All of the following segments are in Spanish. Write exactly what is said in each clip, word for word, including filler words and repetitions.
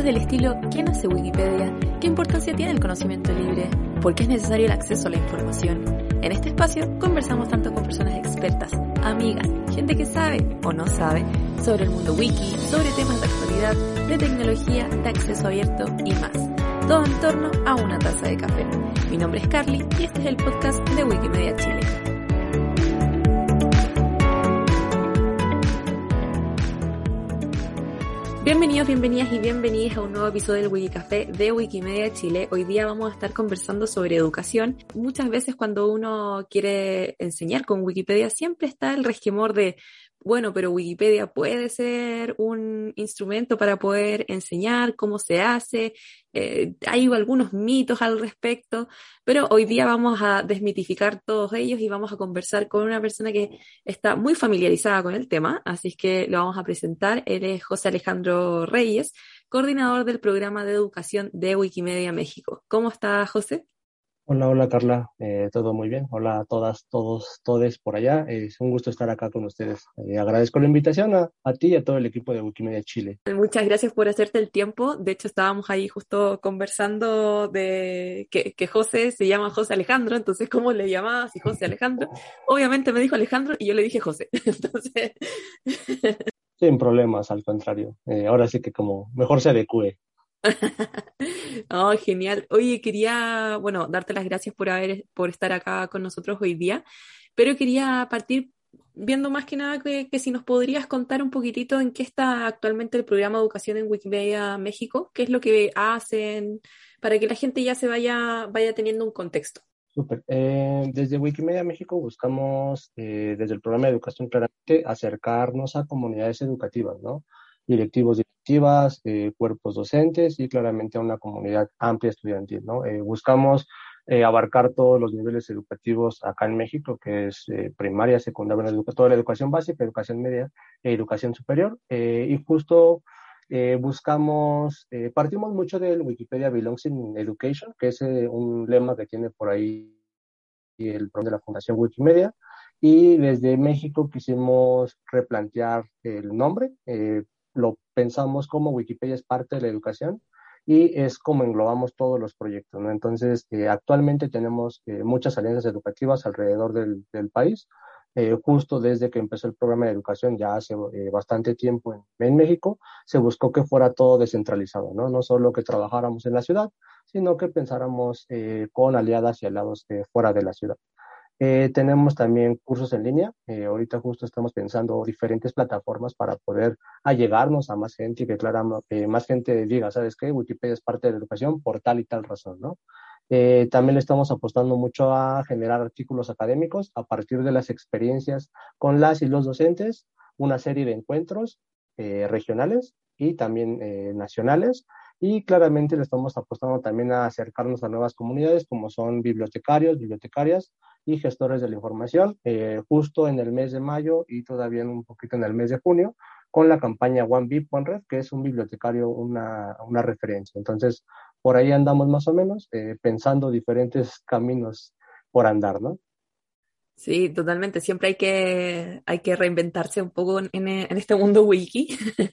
Preguntas del estilo: ¿quién hace Wikipedia? ¿Qué importancia tiene el conocimiento libre? ¿Por qué es necesario el acceso a la información? En este espacio conversamos tanto con personas expertas, amigas, gente que sabe o no sabe sobre el mundo wiki, sobre temas de actualidad, de tecnología, de acceso abierto y más. Todo en torno a una taza de café. Mi nombre es Carly y este es el podcast de Wikimedia Chile. Bienvenidos, bienvenidas y bienvenidas a un nuevo episodio del Wikicafé de Wikimedia Chile. Hoy día vamos a estar conversando sobre educación. Muchas veces cuando uno quiere enseñar con Wikipedia siempre está el resquemor de, bueno, pero Wikipedia puede ser un instrumento para poder enseñar cómo se hace. Eh, hay algunos mitos al respecto, pero hoy día vamos a desmitificar todos ellos y vamos a conversar con una persona que está muy familiarizada con el tema, así es que lo vamos a presentar. Él es José Alejandro Reyes, coordinador del programa de educación de Wikimedia México. ¿Cómo está, José? Hola, hola Carla, eh, todo muy bien. Hola a todas, todos, todes por allá. Eh, es un gusto estar acá con ustedes. Eh, agradezco la invitación a, a ti y a todo el equipo de Wikimedia Chile. Muchas gracias por hacerte el tiempo. De hecho, estábamos ahí justo conversando de que, que José se llama José Alejandro, entonces, ¿cómo le llamabas? Y José Alejandro. Obviamente me dijo Alejandro y yo le dije José. Entonces... Sin problemas, al contrario. Eh, ahora sí que como mejor se adecue. Oh, genial. Oye, quería, bueno, darte las gracias por haber, por estar acá con nosotros hoy día, pero quería partir viendo más que nada que, que si nos podrías contar un poquitito en qué está actualmente el programa de educación en Wikimedia México, qué es lo que hacen, para que la gente ya se vaya, vaya teniendo un contexto. Súper. Eh, desde Wikimedia México buscamos, eh, desde el programa de educación, claramente acercarnos a comunidades educativas, ¿no? Directivos, directivas, eh, cuerpos docentes y claramente a una comunidad amplia estudiantil, ¿no? Eh, buscamos eh, abarcar todos los niveles educativos acá en México, que es eh, primaria, secundaria, educa- toda la educación básica, educación media e educación superior. Eh, y justo eh, buscamos, eh, partimos mucho del Wikipedia Belongs in Education, que es eh, un lema que tiene por ahí el programa de la Fundación Wikimedia, y desde México quisimos replantear el nombre, eh, lo pensamos como Wikipedia es parte de la educación y es como englobamos todos los proyectos, ¿no? Entonces, eh, actualmente tenemos eh, muchas alianzas educativas alrededor del, del país. Eh, justo desde que empezó el programa de educación, ya hace eh, bastante tiempo en, en México, se buscó que fuera todo descentralizado, ¿no? No solo que trabajáramos en la ciudad, sino que pensáramos eh, con aliadas y aliados eh, fuera de la ciudad. Eh, tenemos también cursos en línea. Eh, ahorita justo estamos pensando diferentes plataformas para poder allegarnos a más gente y que claro, eh, más gente diga, ¿sabes qué? Wikipedia es parte de la educación por tal y tal razón, ¿no? Eh, también le estamos apostando mucho a generar artículos académicos a partir de las experiencias con las y los docentes, una serie de encuentros eh, regionales y también eh, nacionales. Y claramente le estamos apostando también a acercarnos a nuevas comunidades como son bibliotecarios, bibliotecarias y gestores de la información, eh, justo en el mes de mayo y todavía en un poquito en el mes de junio, con la campaña One Bib, One Red, que es un bibliotecario, una, una referencia. Entonces, por ahí andamos más o menos, eh, pensando diferentes caminos por andar, ¿no? Sí, totalmente. Siempre hay que, hay que reinventarse un poco en, en en este mundo wiki.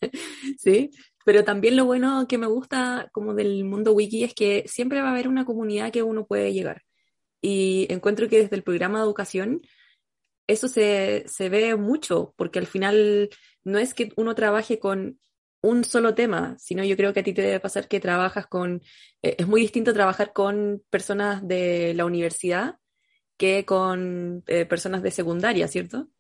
Sí, pero también lo bueno que me gusta como del mundo wiki es que siempre va a haber una comunidad que uno puede llegar. Y encuentro que desde el programa de educación eso se, se ve mucho, porque al final no es que uno trabaje con un solo tema, sino yo creo que a ti te debe pasar que trabajas con, eh, es muy distinto trabajar con personas de la universidad que con eh, personas de secundaria, ¿cierto?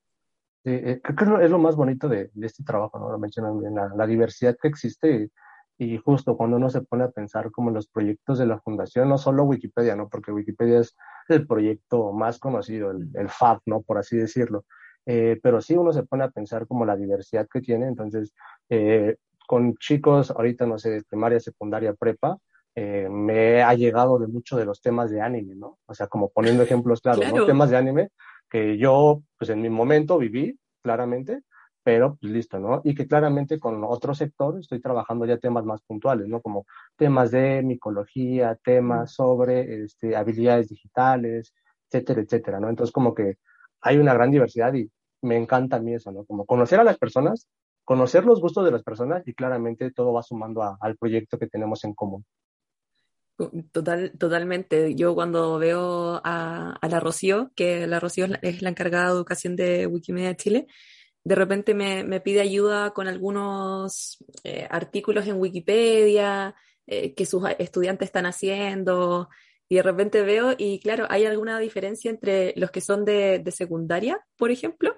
Eh, eh, creo que es lo, es lo más bonito de, de este trabajo, ¿no? Lo mencionan bien, la, la diversidad que existe y justo cuando uno se pone a pensar como en los proyectos de la fundación, no solo Wikipedia, ¿no? Porque Wikipedia es el proyecto más conocido, el, el F A Q, ¿no? Por así decirlo. Eh, pero sí uno se pone a pensar como la diversidad que tiene, entonces, eh, con chicos, ahorita no sé, de primaria, secundaria, prepa, eh, me ha llegado de mucho de los temas de anime, ¿no? O sea, como poniendo ejemplos claros, ¿no? Claro. Temas de anime que yo, pues en mi momento viví, claramente, pero pues listo, ¿no? Y que claramente con otro sector estoy trabajando ya temas más puntuales, ¿no? Como temas de micología, Mm. temas sobre este, habilidades digitales, etcétera, etcétera, ¿no? Entonces como que hay una gran diversidad y me encanta a mí eso, ¿no? Como conocer a las personas conocer los gustos de las personas y claramente todo va sumando a, al proyecto que tenemos en común. Total, totalmente. Yo cuando veo a, a la Rocío, que la Rocío es la, es la encargada de educación de Wikimedia Chile, de repente me, me pide ayuda con algunos eh, artículos en Wikipedia eh, que sus estudiantes están haciendo, y de repente veo, y claro, hay alguna diferencia entre los que son de, de secundaria, por ejemplo.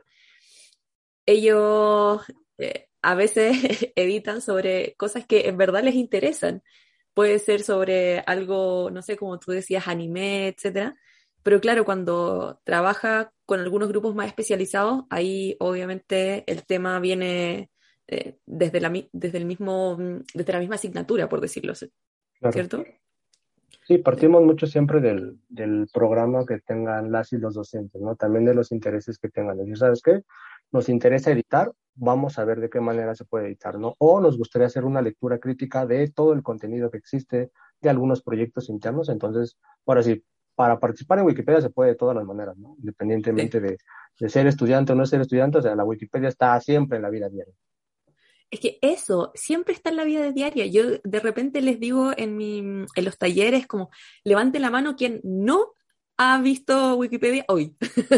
Ellos eh, a veces editan sobre cosas que en verdad les interesan. Puede ser sobre algo, no sé, como tú decías, anime, etcétera. Pero claro, cuando trabaja con algunos grupos más especializados, ahí obviamente el tema viene eh, desde la, mi- desde el mismo, mm, desde la misma asignatura, por decirlo así, Claro. ¿cierto? Sí, Sí. partimos mucho siempre del, del programa que tengan las y los docentes, ¿no? También de los intereses que tengan. Es decir, ¿sabes qué? Nos interesa editar, vamos a ver de qué manera se puede editar, ¿no? O nos gustaría hacer una lectura crítica de todo el contenido que existe, de algunos proyectos internos. Entonces, ahora sí, para participar en Wikipedia se puede de todas las maneras, ¿no? Sí. Independientemente de, de ser estudiante o no ser estudiante, o sea, la Wikipedia está siempre en la vida diaria. Es que eso siempre está en la vida diaria. Yo de repente les digo en mi, en los talleres como, levante la mano quien no ha visto Wikipedia hoy.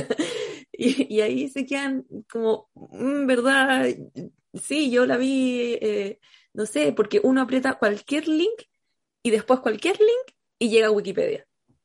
Y, y ahí se quedan como, "Mm, ¿verdad? Sí, yo la vi, eh, no sé, porque uno aprieta cualquier link y después cualquier link y llega a Wikipedia.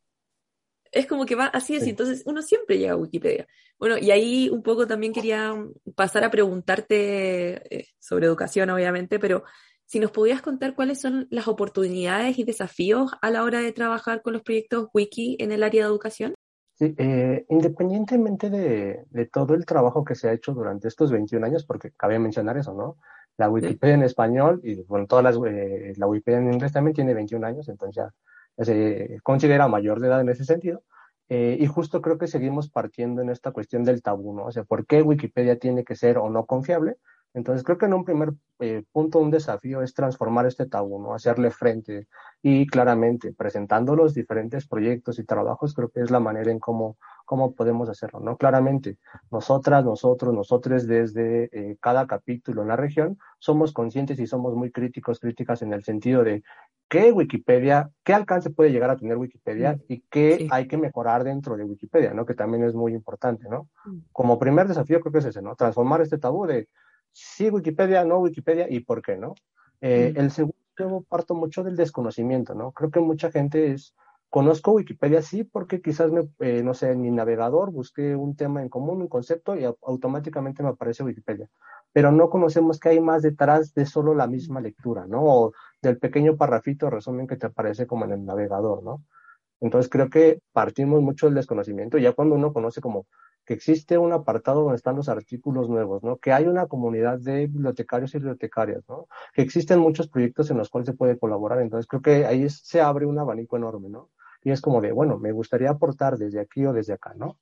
Es como que va así así, Sí. entonces uno siempre llega a Wikipedia. Bueno, y ahí un poco también quería pasar a preguntarte eh, sobre educación, obviamente, pero si nos pudieras contar cuáles son las oportunidades y desafíos a la hora de trabajar con los proyectos Wiki en el área de educación. Sí, eh, independientemente de, de todo el trabajo que se ha hecho durante estos veintiún años, porque cabe mencionar eso, ¿no? La ¿Sí? Wikipedia en español y, bueno, todas las, eh, la Wikipedia en inglés también tiene veintiún años, entonces ya, ya se considera mayor de edad en ese sentido. Eh, y justo creo que seguimos partiendo en esta cuestión del tabú, ¿no? O sea, ¿por qué Wikipedia tiene que ser o no confiable? Entonces creo que en un primer eh, punto, un desafío es transformar este tabú, ¿no? Hacerle frente y claramente presentando los diferentes proyectos y trabajos, creo que es la manera en cómo, cómo podemos hacerlo, ¿no? Claramente, nosotras, nosotros, nosotros desde eh, cada capítulo en la región somos conscientes y somos muy críticos, críticas en el sentido de qué Wikipedia, qué alcance puede llegar a tener Wikipedia Mm, y qué sí. hay que mejorar dentro de Wikipedia, ¿no? Que también es muy importante, ¿no? Mm, Como primer desafío creo que es ese, ¿no? Transformar este tabú de sí Wikipedia, no Wikipedia y por qué, ¿no? Eh, mm, el segundo, yo parto mucho del desconocimiento, ¿no? Creo que mucha gente es, conozco Wikipedia sí porque quizás, me, eh, no sé, en mi navegador busqué un tema en común, un concepto y automáticamente me aparece Wikipedia, pero no conocemos qué hay más detrás de solo la mm. misma lectura, ¿no? O del pequeño parrafito resumen que te aparece como en el navegador, ¿no? Entonces creo que partimos mucho del desconocimiento, ya cuando uno conoce como que existe un apartado donde están los artículos nuevos, ¿no? Que hay una comunidad de bibliotecarios y bibliotecarias, ¿no? Que existen muchos proyectos en los cuales se puede colaborar, entonces creo que ahí es- se abre un abanico enorme, ¿no? Y es como de, bueno, me gustaría aportar desde aquí o desde acá, ¿no?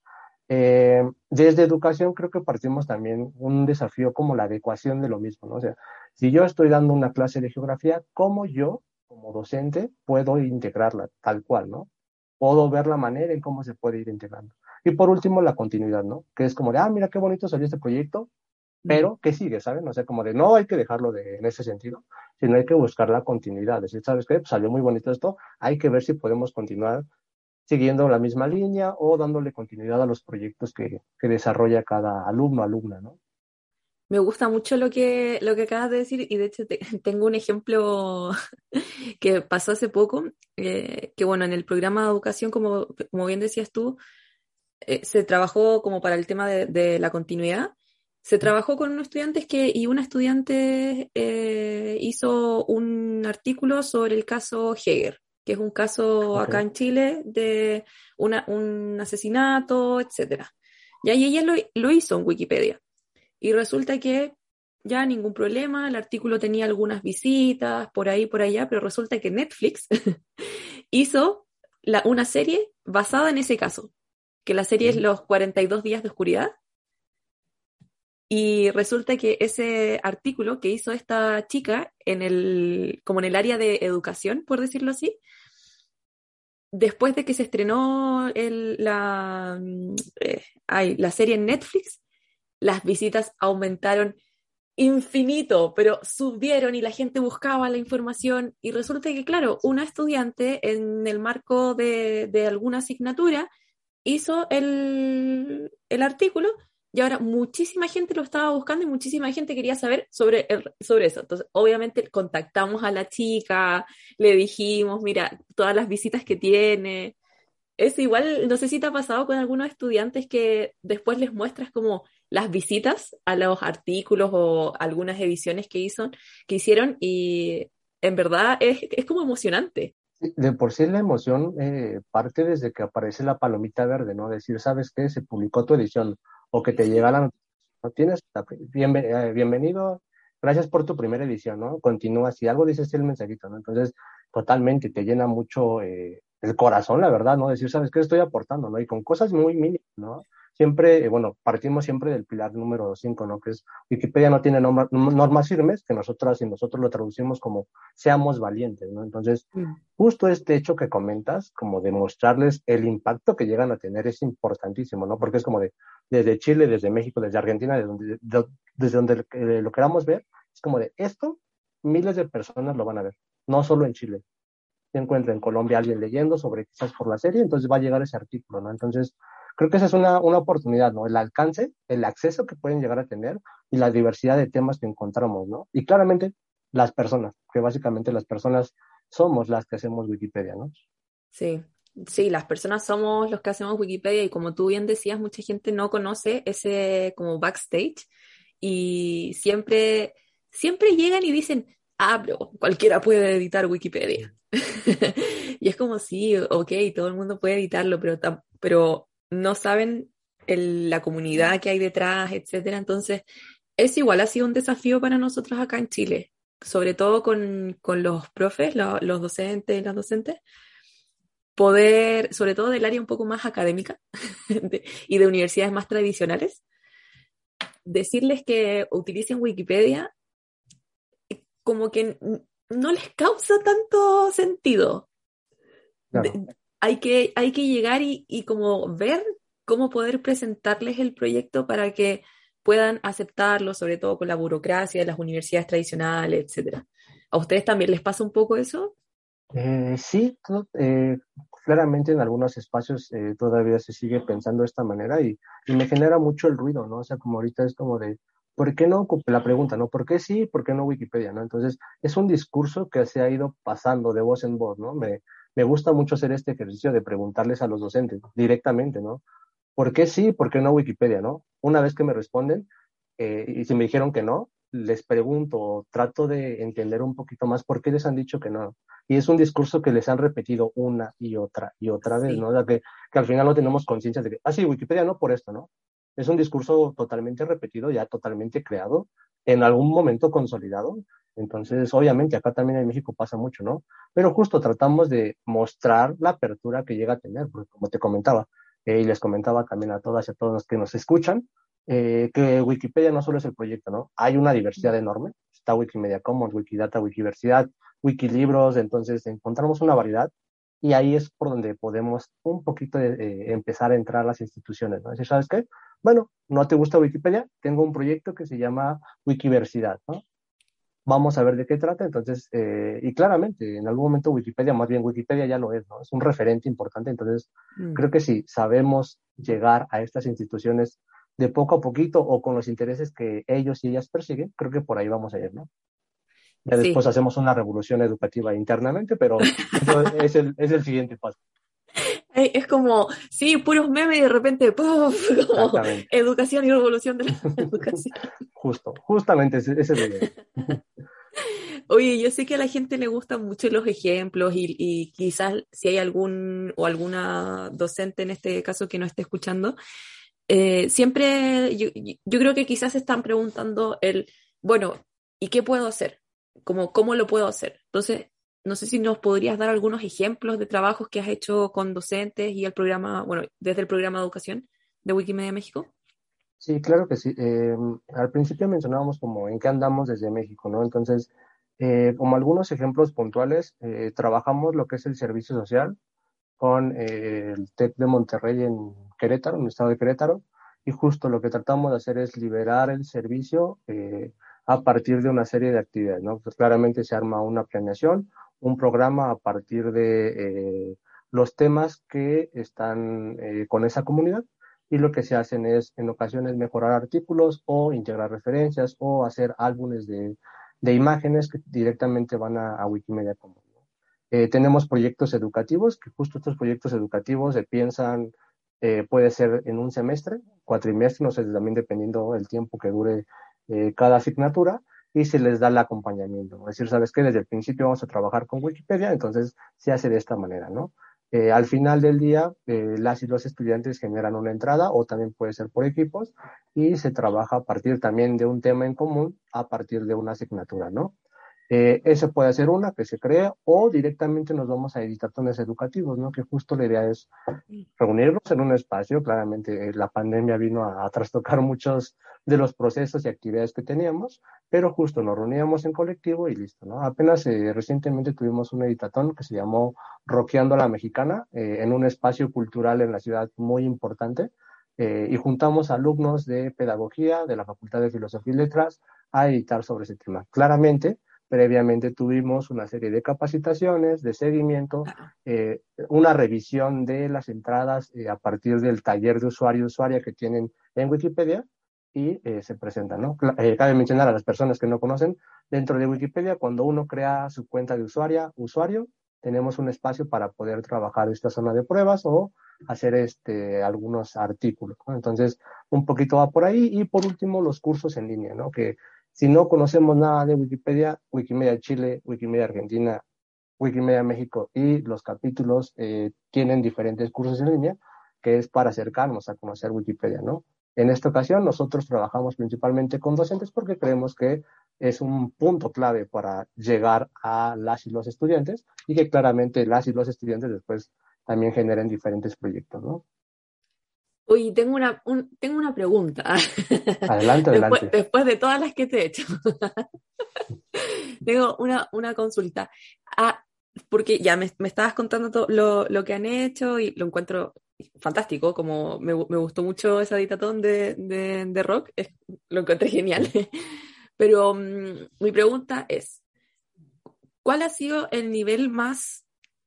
Eh, desde educación creo que partimos también un desafío como la adecuación de lo mismo, ¿no? O sea, si yo estoy dando una clase de geografía, ¿cómo yo, como docente, puedo integrarla tal cual, ¿no? Puedo ver la manera en cómo se puede ir integrando. Y por último, la continuidad, ¿no? Que es como de, ah, mira qué bonito salió este proyecto, Mm. pero ¿qué sigue, saben? O sea, como de, no hay que dejarlo de, en ese sentido, sino hay que buscar la continuidad. Es decir, ¿sabes qué? Pues salió muy bonito esto, hay que ver si podemos continuar siguiendo la misma línea o dándole continuidad a los proyectos que, que desarrolla cada alumno, alumna, ¿no? Me gusta mucho lo que, lo que acabas de decir, y de hecho te- tengo un ejemplo que pasó hace poco, eh, que bueno, en el programa de educación, como, como bien decías tú, eh, se trabajó como para el tema de, de la continuidad. Se trabajó con unos estudiantes que, y una estudiante eh, hizo un artículo sobre el caso Heger, que es un caso Ok. acá en Chile de una, un asesinato, etcétera. Ya, y ella lo, lo hizo en Wikipedia. Y resulta que ya ningún problema, el artículo tenía algunas visitas por ahí, por allá, pero resulta que Netflix hizo la, una serie basada en ese caso, que la serie es Ok. Los cuarenta y dos días de oscuridad. Y resulta que ese artículo que hizo esta chica en el, como en el área de educación, por decirlo así, después de que se estrenó el, la, mm, eh, ay, la serie en Netflix, las visitas aumentaron infinito, pero subieron y la gente buscaba la información y resulta que, claro, una estudiante en el marco de, de alguna asignatura hizo el, el artículo y ahora muchísima gente lo estaba buscando y muchísima gente quería saber sobre, el, sobre eso. Entonces, obviamente, contactamos a la chica, le dijimos, mira, todas las visitas que tiene. Es igual, no sé si te ha pasado con algunos estudiantes que después les muestras como las visitas a los artículos o algunas ediciones que hizo, que hicieron y en verdad es, es como emocionante. De por sí la emoción eh, parte desde que aparece la palomita verde, ¿no? Decir, ¿sabes qué? Se publicó tu edición o que te llega la noticia. ¿No tienes? Bienve- eh, bienvenido, gracias por tu primera edición, ¿no? Continúa, si algo dice así el mensajito, ¿no? Entonces, totalmente, te llena mucho eh, el corazón, la verdad, ¿no? Decir, ¿sabes qué? Estoy aportando, ¿no? Y con cosas muy mínimas, ¿no? Siempre, eh, bueno, partimos siempre del pilar número cinco, ¿no? Que es Wikipedia no tiene norma- normas firmes, que nosotras y nosotros lo traducimos como seamos valientes, ¿no? Entonces, Mm. justo este hecho que comentas, como demostrarles el impacto que llegan a tener es importantísimo, ¿no? Porque es como de, desde Chile, desde México, desde Argentina, desde donde, de- desde donde eh, lo queramos ver, es como de esto, miles de personas lo van a ver, no solo en Chile. Se encuentra en Colombia alguien leyendo sobre quizás por la serie, entonces va a llegar ese artículo, ¿no? Entonces, creo que esa es una, una oportunidad, ¿no? El alcance, el acceso que pueden llegar a tener y la diversidad de temas que encontramos, ¿no? Y claramente las personas, que básicamente las personas somos las que hacemos Wikipedia, ¿no? Sí, sí, las personas somos los que hacemos Wikipedia y como tú bien decías, mucha gente no conoce ese como backstage y siempre, siempre llegan y dicen, ah, pero cualquiera puede editar Wikipedia. Y es como, sí, ok, todo el mundo puede editarlo, pero, tam- pero no saben el- la comunidad que hay detrás, etcétera. Entonces, es igual, ha sido un desafío para nosotros acá en Chile, sobre todo con, con los profes, lo- los docentes, las docentes poder, sobre todo del área un poco más académica de- y de universidades más tradicionales, decirles que utilicen Wikipedia como que n- no les causa tanto sentido. Claro. De- hay que, hay que llegar y, y como ver cómo poder presentarles el proyecto para que puedan aceptarlo, sobre todo con la burocracia de las universidades tradicionales, etcétera. ¿A ustedes también les pasa un poco eso? Eh, sí, to- eh, claramente en algunos espacios eh, todavía se sigue pensando de esta manera y, y me genera mucho el ruido, ¿no? O sea, como ahorita es como de, ¿por qué no? La pregunta, ¿no? ¿Por qué sí? ¿Por qué no Wikipedia? ¿No? Entonces, es un discurso que se ha ido pasando de voz en voz, ¿no? Me, me gusta mucho hacer este ejercicio de preguntarles a los docentes directamente, ¿no? ¿Por qué sí? ¿Por qué no Wikipedia? ¿No? Una vez que me responden, eh, y si me dijeron que no, les pregunto, trato de entender un poquito más por qué les han dicho que no. Y es un discurso que les han repetido una y otra y otra vez, ¿no? Sí, O sea, que, que al final no tenemos conciencia de que, ah, sí, Wikipedia no por esto, ¿no? Es un discurso totalmente repetido, ya totalmente creado, en algún momento consolidado. Entonces, obviamente, acá también en México pasa mucho, ¿no? Pero justo tratamos de mostrar la apertura que llega a tener, porque como te comentaba, eh, y les comentaba también a todas y a todos los que nos escuchan, eh, que Wikipedia no solo es el proyecto, ¿no? Hay una diversidad enorme. Está Wikimedia Commons, Wikidata, Wikiversidad, Wikilibros, entonces encontramos una variedad y ahí es por donde podemos un poquito de, eh, empezar a entrar a las instituciones, ¿no? Decir, ¿sabes qué? Bueno, ¿no te gusta Wikipedia? Tengo un proyecto que se llama Wikiversidad, ¿no? Vamos a ver de qué trata. Entonces, eh, y claramente, en algún momento Wikipedia, más bien Wikipedia ya lo es, ¿no? Es un referente importante. Entonces, mm, creo que si sabemos llegar a estas instituciones de poco a poquito o con los intereses que ellos y ellas persiguen, creo que por ahí vamos a ir, ¿no? Ya después sí. hacemos una revolución educativa internamente, pero eso es el, es el siguiente paso. Ay, es como, sí, puros memes y de repente, ¡puf! Como Exactamente. educación y revolución de la educación. Justo, justamente ese, ese es la idea. Oye, yo sé que a la gente le gustan mucho los ejemplos y, y quizás si hay algún o alguna docente en este caso que no esté escuchando, eh, siempre yo, yo- yo creo que quizás se están preguntando el, bueno, ¿y qué puedo hacer? Como, ¿cómo lo puedo hacer? Entonces, no sé si nos podrías dar algunos ejemplos de trabajos que has hecho con docentes y el programa, bueno, desde el programa de educación de Wikimedia México. Sí, claro que sí. Eh, al principio mencionábamos como en qué andamos desde México, ¿no? Entonces, eh, como algunos ejemplos puntuales, eh, trabajamos lo que es el servicio social con eh, el TEC de Monterrey en Querétaro, en el estado de Querétaro, y justo lo que tratamos de hacer es liberar el servicio, eh, a partir de una serie de actividades, ¿no? Pues claramente se arma una planeación, un programa a partir de eh, los temas que están eh, con esa comunidad, y lo que se hacen es en ocasiones mejorar artículos o integrar referencias o hacer álbumes de, de imágenes que directamente van a, a Wikimedia Commons. Eh, tenemos proyectos educativos, que justo estos proyectos educativos se piensan, eh, puede ser en un semestre, cuatrimestre, no sé, también dependiendo el tiempo que dure eh, cada asignatura, y se les da el acompañamiento. Es decir, ¿sabes qué? Desde el principio vamos a trabajar con Wikipedia, entonces se hace de esta manera, ¿no? Eh, al final del día, eh, las y los estudiantes generan una entrada, o también puede ser por equipos, y se trabaja a partir también de un tema en común, a partir de una asignatura, ¿no? Eh, esa puede ser una que se crea, o directamente nos vamos a editatones educativos, ¿no? Que justo la idea es reunirnos en un espacio. Claramente eh, la pandemia vino a, a trastocar muchos de los procesos y actividades que teníamos, pero justo nos reuníamos en colectivo y listo, ¿no? Apenas eh, recientemente tuvimos un editatón que se llamó Rockeando a la Mexicana, eh, en un espacio cultural en la ciudad muy importante, eh, y juntamos alumnos de pedagogía de la Facultad de Filosofía y Letras a editar sobre ese tema. Claramente, previamente tuvimos una serie de capacitaciones, de seguimiento, eh, una revisión de las entradas eh, a partir del taller de usuario y usuaria que tienen en Wikipedia, y eh, se presentan, ¿no? Eh, cabe mencionar a las personas que no conocen, dentro de Wikipedia, cuando uno crea su cuenta de usuaria, usuario, tenemos un espacio para poder trabajar esta zona de pruebas o hacer este, algunos artículos, ¿no? Entonces, un poquito va por ahí. Y por último, los cursos en línea, ¿no? Que si no conocemos nada de Wikipedia, Wikimedia Chile, Wikimedia Argentina, Wikimedia México y los capítulos eh, tienen diferentes cursos en línea, que es para acercarnos a conocer Wikipedia, ¿no? En esta ocasión nosotros trabajamos principalmente con docentes porque creemos que es un punto clave para llegar a las y los estudiantes, y que claramente las y los estudiantes después también generen diferentes proyectos, ¿no? Oye, tengo una, un, tengo una pregunta. Adelante, Después, adelante. después de todas las que te he hecho. Tengo una, una consulta. Ah, porque ya me, me estabas contando todo lo, lo que han hecho y lo encuentro fantástico, como me, me gustó mucho esa editatón de, de, de rock, es- lo encontré genial. Sí. Pero mm, mi pregunta es, ¿cuál ha sido el nivel más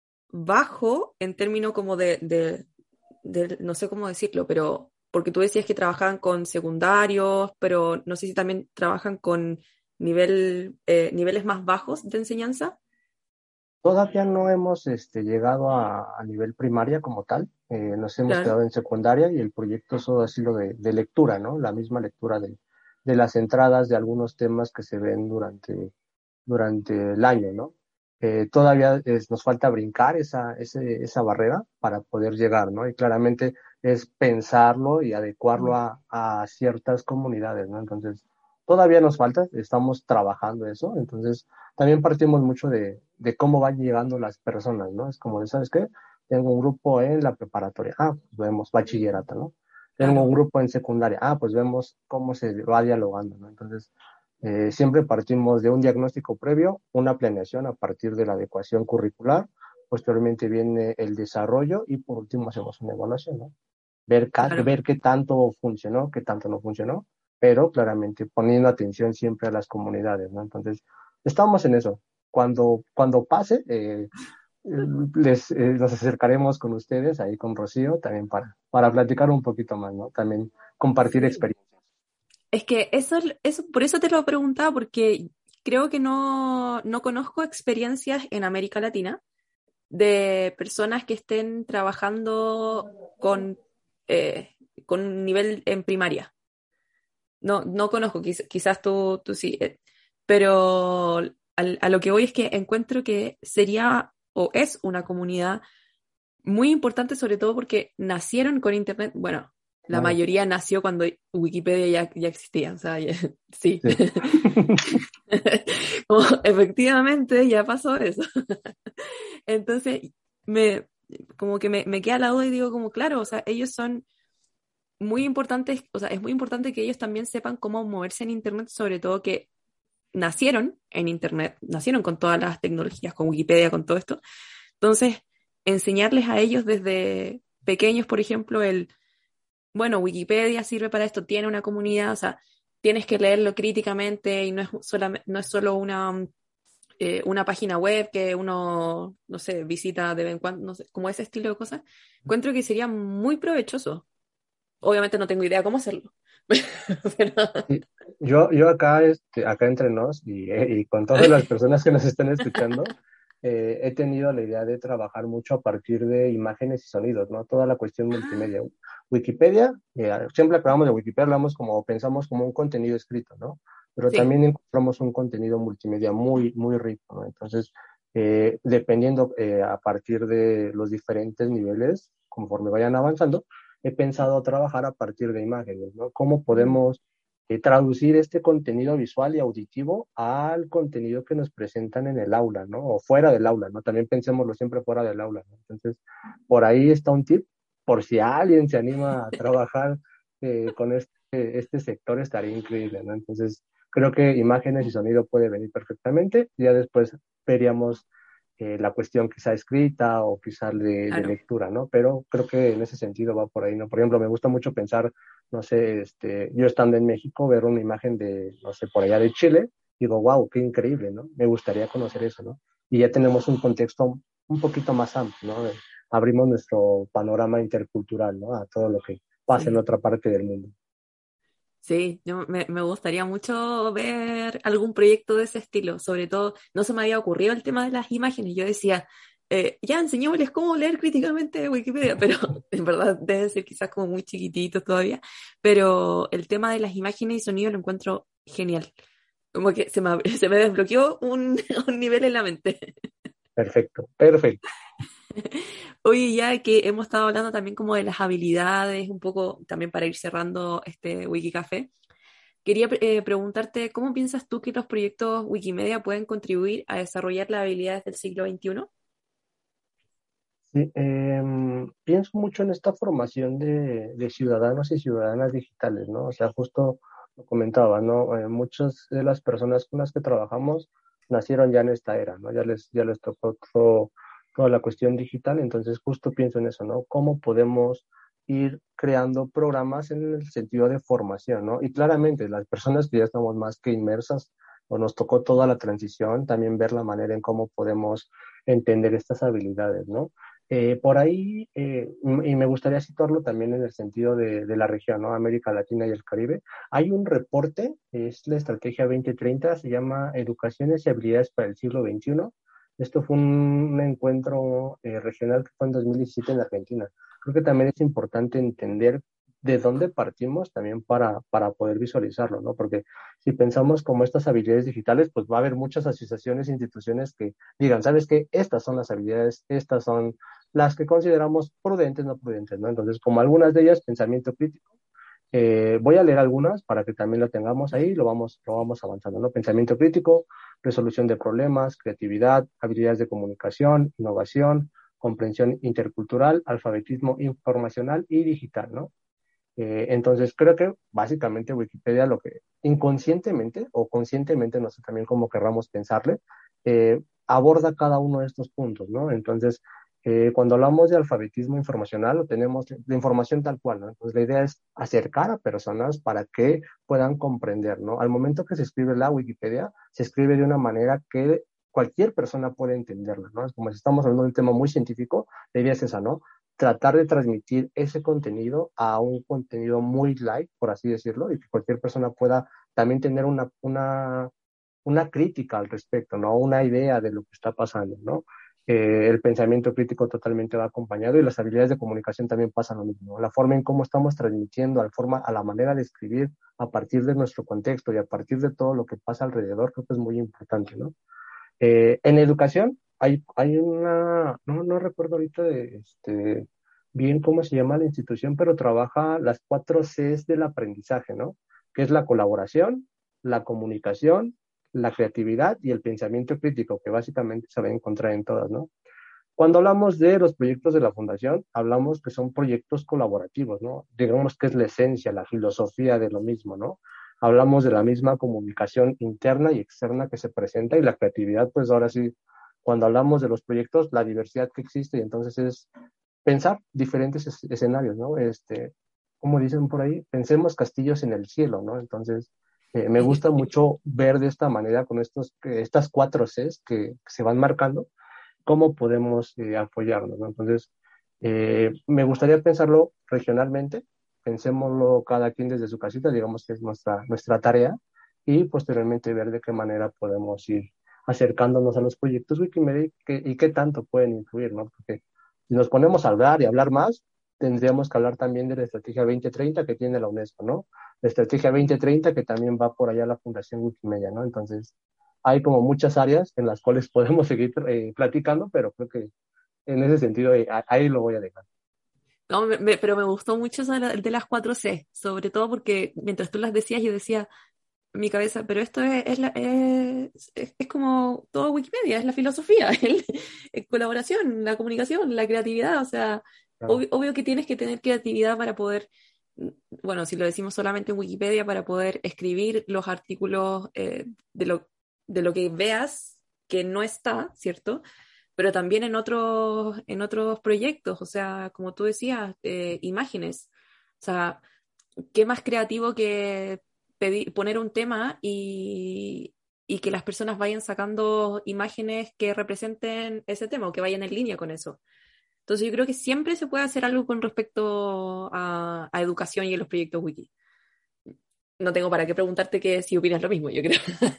bajo en términos como de, de, de- no sé cómo decirlo, pero porque tú decías que trabajaban con secundarios, pero no sé si también trabajan con nivel, eh, niveles más bajos de enseñanza? Todavía no hemos este, llegado a, a nivel primaria como tal. Eh, nos hemos Claro. quedado en secundaria, y el proyecto solo ha sido de, de lectura, ¿no? La misma lectura de, de las entradas de algunos temas que se ven durante, durante el año, ¿no? Eh, todavía es- nos falta brincar esa, ese- esa barrera para poder llegar, ¿no? Y claramente es pensarlo y adecuarlo Mm. a, a ciertas comunidades, ¿no? Entonces, todavía nos falta, estamos trabajando eso. Entonces, también partimos mucho de, de cómo van llegando las personas, ¿no? Es como, ¿sabes qué? Tengo un grupo en la preparatoria, ah, pues vemos bachillerato, ¿no? Tengo un Claro. grupo en secundaria, ah, pues vemos cómo se va dialogando, ¿no? Entonces, eh, siempre partimos de un diagnóstico previo, una planeación a partir de la adecuación curricular, posteriormente viene el desarrollo, y por último hacemos una evaluación, ¿no? Ver, ca- Claro. ver qué tanto funcionó, qué tanto no funcionó, pero claramente poniendo atención siempre a las comunidades, ¿no? Entonces, estamos en eso. Cuando, cuando pase, eh, les, eh, nos acercaremos con ustedes, ahí con Rocío, también para, para platicar un poquito más, ¿no? También compartir Sí. experiencias. Es que eso, es- eso, por eso te lo preguntaba, porque creo que no, no conozco experiencias en América Latina de personas que estén trabajando con, eh, con un nivel en primaria. No, no conozco, quiz- quizás tú, tú sí, eh, pero al- a lo que voy es que encuentro que sería o es una comunidad muy importante, sobre todo porque nacieron con Internet. Bueno, la Claro, mayoría nació cuando Wikipedia ya, ya existía, o sea, ya- sí. sí. Como, efectivamente ya pasó eso. Entonces, me, como que me, me queda la duda y digo como, claro, o sea, ellos son muy importantes, o sea, es muy importante que ellos también sepan cómo moverse en Internet, sobre todo que nacieron en Internet, nacieron con todas las tecnologías, con Wikipedia, con todo esto. Entonces, enseñarles a ellos desde pequeños, por ejemplo, el, bueno, Wikipedia sirve para esto, tiene una comunidad, o sea, tienes que leerlo críticamente y no es, solamente, no es solo una, eh, una página web que uno, no sé, visita de vez en cuando, no sé, como ese estilo de cosas, encuentro que sería muy provechoso. Obviamente no tengo idea cómo hacerlo. Pero, Y yo, yo acá, este, acá entre nos y, eh, y con todas las personas que nos están escuchando, eh, he tenido la idea de trabajar mucho a partir de imágenes y sonidos, ¿no? Toda la cuestión multimedia. Wikipedia, eh, siempre que hablamos de Wikipedia, hablamos como, pensamos como un contenido escrito, ¿no? Pero sí, también encontramos un contenido multimedia muy, muy rico, ¿no? Entonces, eh, dependiendo eh, a partir de los diferentes niveles, conforme vayan avanzando, he pensado trabajar a partir de imágenes, ¿no? ¿Cómo mm, podemos eh, traducir este contenido visual y auditivo al contenido que nos presentan en el aula, ¿no? O fuera del aula, ¿no? También pensémoslo siempre fuera del aula, ¿no? Entonces, por ahí está un tip, por si alguien se anima a trabajar eh, con este, este sector, estaría increíble, ¿no? Entonces, creo que imágenes y sonido puede venir perfectamente, ya después veríamos eh, la cuestión quizá escrita o quizá de, de claro. lectura, ¿no? Pero creo que en ese sentido va por ahí, ¿no? Por ejemplo, me gusta mucho pensar, no sé, este, yo estando en México, ver una imagen de, no sé, por allá de Chile, digo, wow, qué increíble, ¿no? Me gustaría conocer eso, ¿no? Y ya tenemos un contexto un poquito más amplio, ¿no? Abrimos nuestro panorama intercultural, ¿no? A todo lo que pasa en Sí. otra parte del mundo. Sí, yo me, me gustaría mucho ver algún proyecto de ese estilo. Sobre todo, no se me había ocurrido el tema de las imágenes. Yo decía, eh, ya enseñémosles cómo leer críticamente Wikipedia, pero en verdad deben ser quizás como muy chiquititos todavía. Pero el tema de las imágenes y sonido lo encuentro genial. Como que se me, ab- se me desbloqueó un, un nivel en la mente. Perfecto, perfecto. Oye, ya que hemos estado hablando también como de las habilidades, un poco también para ir cerrando este Wikicafé. Quería eh, preguntarte, ¿cómo piensas tú que los proyectos Wikimedia pueden contribuir a desarrollar las habilidades del siglo veintiuno? Sí, em, pienso mucho en esta formación de, de ciudadanos y ciudadanas digitales, ¿no? O sea, justo lo comentaba, ¿no? Eh, muchas de las personas con las que trabajamos nacieron ya en esta era, ¿no? Ya les, ya les tocó todo- toda la cuestión digital, entonces justo pienso en eso, ¿no? ¿Cómo podemos ir creando programas en el sentido de formación, ¿no? Y claramente las personas que ya estamos más que inmersas o nos tocó toda la transición, también ver la manera en cómo podemos entender estas habilidades, ¿no? Eh, por ahí, eh, y me gustaría situarlo también en el sentido de, de la región, ¿no? América Latina y el Caribe. Hay un reporte, es la Estrategia veinte treinta, se llama Educaciones y Habilidades para el siglo veintiuno. Esto fue un, un encuentro eh, regional que fue en dos mil diecisiete en Argentina. Creo que también es importante entender de dónde partimos también para, para poder visualizarlo, ¿no? Porque si pensamos como estas habilidades digitales, pues va a haber muchas asociaciones e instituciones que digan, ¿sabes qué? Estas son las habilidades, estas son las que consideramos prudentes, no prudentes, ¿no? Entonces, como algunas de ellas, pensamiento crítico. Eh, voy a leer algunas para que también lo tengamos ahí, lo vamos, lo vamos avanzando, ¿no? Pensamiento crítico, resolución de problemas, creatividad, habilidades de comunicación, innovación, comprensión intercultural, alfabetismo informacional y digital, ¿no? Eh, entonces, creo que básicamente Wikipedia lo que inconscientemente o conscientemente, no sé también cómo querramos pensarle, eh, aborda cada uno de estos puntos, ¿no? Entonces, eh, cuando hablamos de alfabetismo informacional, lo tenemos de información tal cual, ¿no? Entonces, la idea es acercar a personas para que puedan comprender, ¿no? Al momento que se escribe la Wikipedia, se escribe de una manera que cualquier persona puede entenderla, ¿no? Es como si estamos hablando de un tema muy científico, la idea es esa, ¿no? Tratar de transmitir ese contenido a un contenido muy light, por así decirlo, y que cualquier persona pueda también tener una, una, una crítica al respecto, ¿no? Una idea de lo que está pasando, ¿no? Eh, el pensamiento crítico totalmente va acompañado y las habilidades de comunicación también pasan lo mismo, ¿no? La forma en cómo estamos transmitiendo, a la, forma, a la manera de escribir a partir de nuestro contexto y a partir de todo lo que pasa alrededor, creo que es muy importante, ¿no? Eh, en educación hay, hay una, no, no recuerdo ahorita de, este, bien cómo se llama la institución, pero trabaja las cuatro Cs del aprendizaje, ¿no? Que es la colaboración, la comunicación, la creatividad y el pensamiento crítico, que básicamente se va a encontrar en todas, ¿no? Cuando hablamos de los proyectos de la fundación, hablamos que son proyectos colaborativos, ¿no? Digamos que es la esencia, la filosofía de lo mismo, ¿no? Hablamos de la misma comunicación interna y externa que se presenta y la creatividad, pues ahora sí, cuando hablamos de los proyectos, la diversidad que existe y entonces es pensar diferentes escenarios, ¿no? Este, como dicen por ahí, pensemos castillos en el cielo, ¿no? Entonces, Eh, me gusta mucho ver de esta manera, con estos, eh, estas cuatro Cs que, que se van marcando, cómo podemos eh, apoyarnos, ¿no? Entonces, eh, me gustaría pensarlo regionalmente, pensémoslo cada quien desde su casita, digamos que es nuestra, nuestra tarea, y posteriormente ver de qué manera podemos ir acercándonos a los proyectos Wikimedia y qué, y qué tanto pueden influir, ¿no? Porque si nos ponemos a hablar y hablar más, tendríamos que hablar también de la estrategia veinte treinta que tiene la UNESCO, ¿no? La estrategia veinte treinta que también va por allá la Fundación Wikimedia, ¿no? Entonces, hay como muchas áreas en las cuales podemos seguir eh, platicando, pero creo que en ese sentido eh, ahí lo voy a dejar. No, me, me, pero me gustó mucho eso de, la, de las cuatro C, sobre todo porque mientras tú las decías yo decía en mi cabeza, pero esto es, es, la, es, es, es como todo Wikimedia, es la filosofía, el, el colaboración, la comunicación, la creatividad, o sea, Claro. obvio, obvio que tienes que tener creatividad para poder, bueno, si lo decimos solamente en Wikipedia, para poder escribir los artículos eh, de, lo, de lo que veas que no está, ¿cierto? Pero también en otros, en otros proyectos, o sea, como tú decías, eh, imágenes. O sea, qué más creativo que pedir, poner un tema y, y que las personas vayan sacando imágenes que representen ese tema o que vayan en línea con eso. Entonces yo creo que siempre se puede hacer algo con respecto a, a educación y en los proyectos wiki. No tengo para qué preguntarte que si opinas lo mismo, yo creo.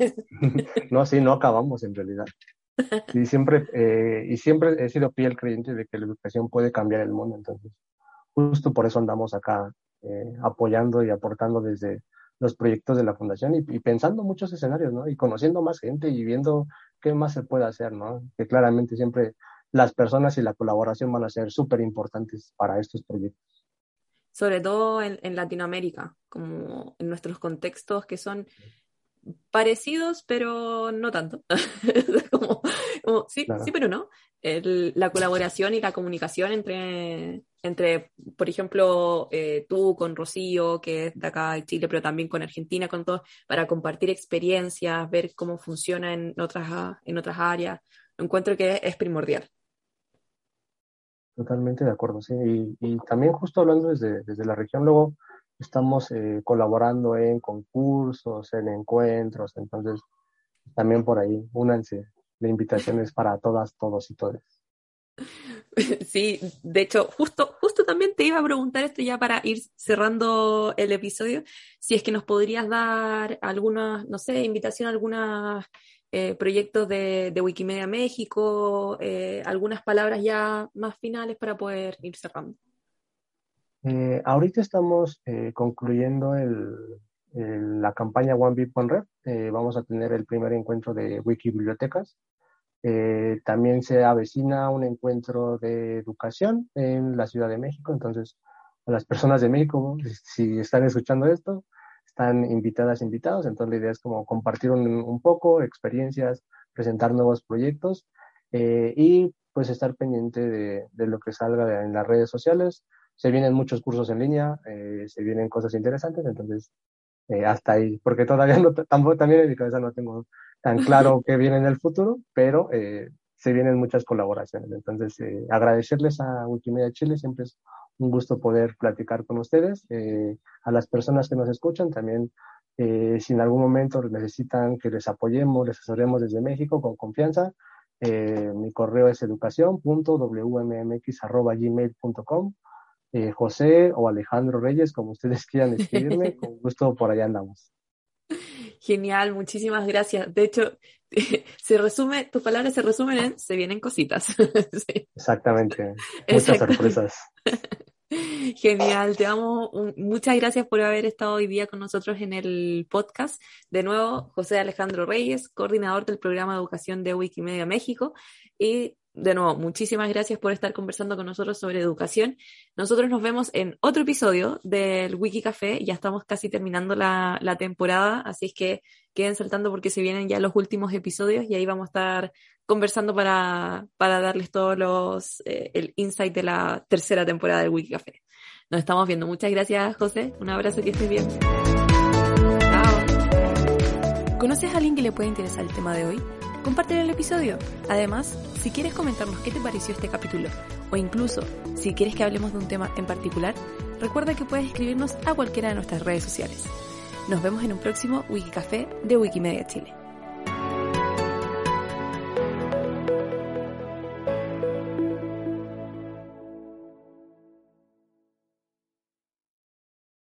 No, sí, no acabamos en realidad. Y siempre, eh, y siempre he sido fiel creyente de que la educación puede cambiar el mundo, entonces justo por eso andamos acá eh, apoyando y aportando desde los proyectos de la fundación y, y pensando muchos escenarios, ¿no? Y conociendo más gente y viendo qué más se puede hacer, ¿no? Que claramente siempre las personas y la colaboración van a ser súper importantes para estos proyectos. Sobre todo en, en Latinoamérica, como en nuestros contextos que son parecidos, pero no tanto. como, como, sí, Claro. sí, pero no. El, la colaboración y la comunicación entre, entre por ejemplo, eh, tú con Rocío, que es de acá de Chile, pero también con Argentina, con todos, para compartir experiencias, ver cómo funciona en otras, en otras áreas. Encuentro que es, es primordial. Totalmente de acuerdo, sí. Y, y también justo hablando desde, desde la región, luego estamos eh, colaborando en concursos, en encuentros, entonces también por ahí, únanse. La invitación es para todas, todos y todas. Sí, de hecho, justo, justo también te iba a preguntar esto ya para ir cerrando el episodio, si es que nos podrías dar alguna, no sé, invitación a algunos eh, proyectos de, de Wikimedia México, eh, algunas palabras ya más finales para poder ir cerrando. Eh, ahorita estamos eh, concluyendo el, el, la campaña One Bip One Rep. Eh, vamos a tener el primer encuentro de Wikibibliotecas. Eh, también se avecina un encuentro de educación en la Ciudad de México. Entonces, a las personas de México, si están escuchando esto, están invitadas, invitados. Entonces, la idea es como compartir un, un poco experiencias, presentar nuevos proyectos eh, y pues estar pendiente de, de lo que salga de, en las redes sociales. Se vienen muchos cursos en línea, eh, se vienen cosas interesantes, entonces eh, hasta ahí, porque todavía no, tampoco también en mi cabeza no tengo tan claro qué viene en el futuro, pero eh, se vienen muchas colaboraciones. Entonces, eh, agradecerles a Wikimedia Chile, siempre es un gusto poder platicar con ustedes. Eh, a las personas que nos escuchan también, eh, si en algún momento necesitan que les apoyemos, les asesoremos desde México con confianza, eh, mi correo es educación punto w m m x arroba gmail punto com. Eh, José o Alejandro Reyes, como ustedes quieran escribirme, con gusto por allá andamos. Genial, muchísimas gracias. De hecho, se resume, tus palabras se resumen en se vienen cositas. Sí. Exactamente, muchas Exactamente. sorpresas. Genial, te damos un, muchas gracias por haber estado hoy día con nosotros en el podcast. De nuevo, José Alejandro Reyes, coordinador del programa de educación de Wikimedia México. Y de nuevo, muchísimas gracias por estar conversando con nosotros sobre educación. Nosotros nos vemos en otro episodio del Wiki Café. Ya estamos casi terminando la, la temporada, así es que queden saltando porque se vienen ya los últimos episodios y ahí vamos a estar conversando para, para darles todos los eh, el insight de la tercera temporada del Wiki Café. Nos estamos viendo. Muchas gracias, José. Un abrazo, que estés bien. Chao. ¿Conoces a alguien que le puede interesar el tema de hoy? Comparte el episodio. Además, si quieres comentarnos qué te pareció este capítulo, o incluso si quieres que hablemos de un tema en particular, recuerda que puedes escribirnos a cualquiera de nuestras redes sociales. Nos vemos en un próximo Wikicafé de Wikimedia Chile.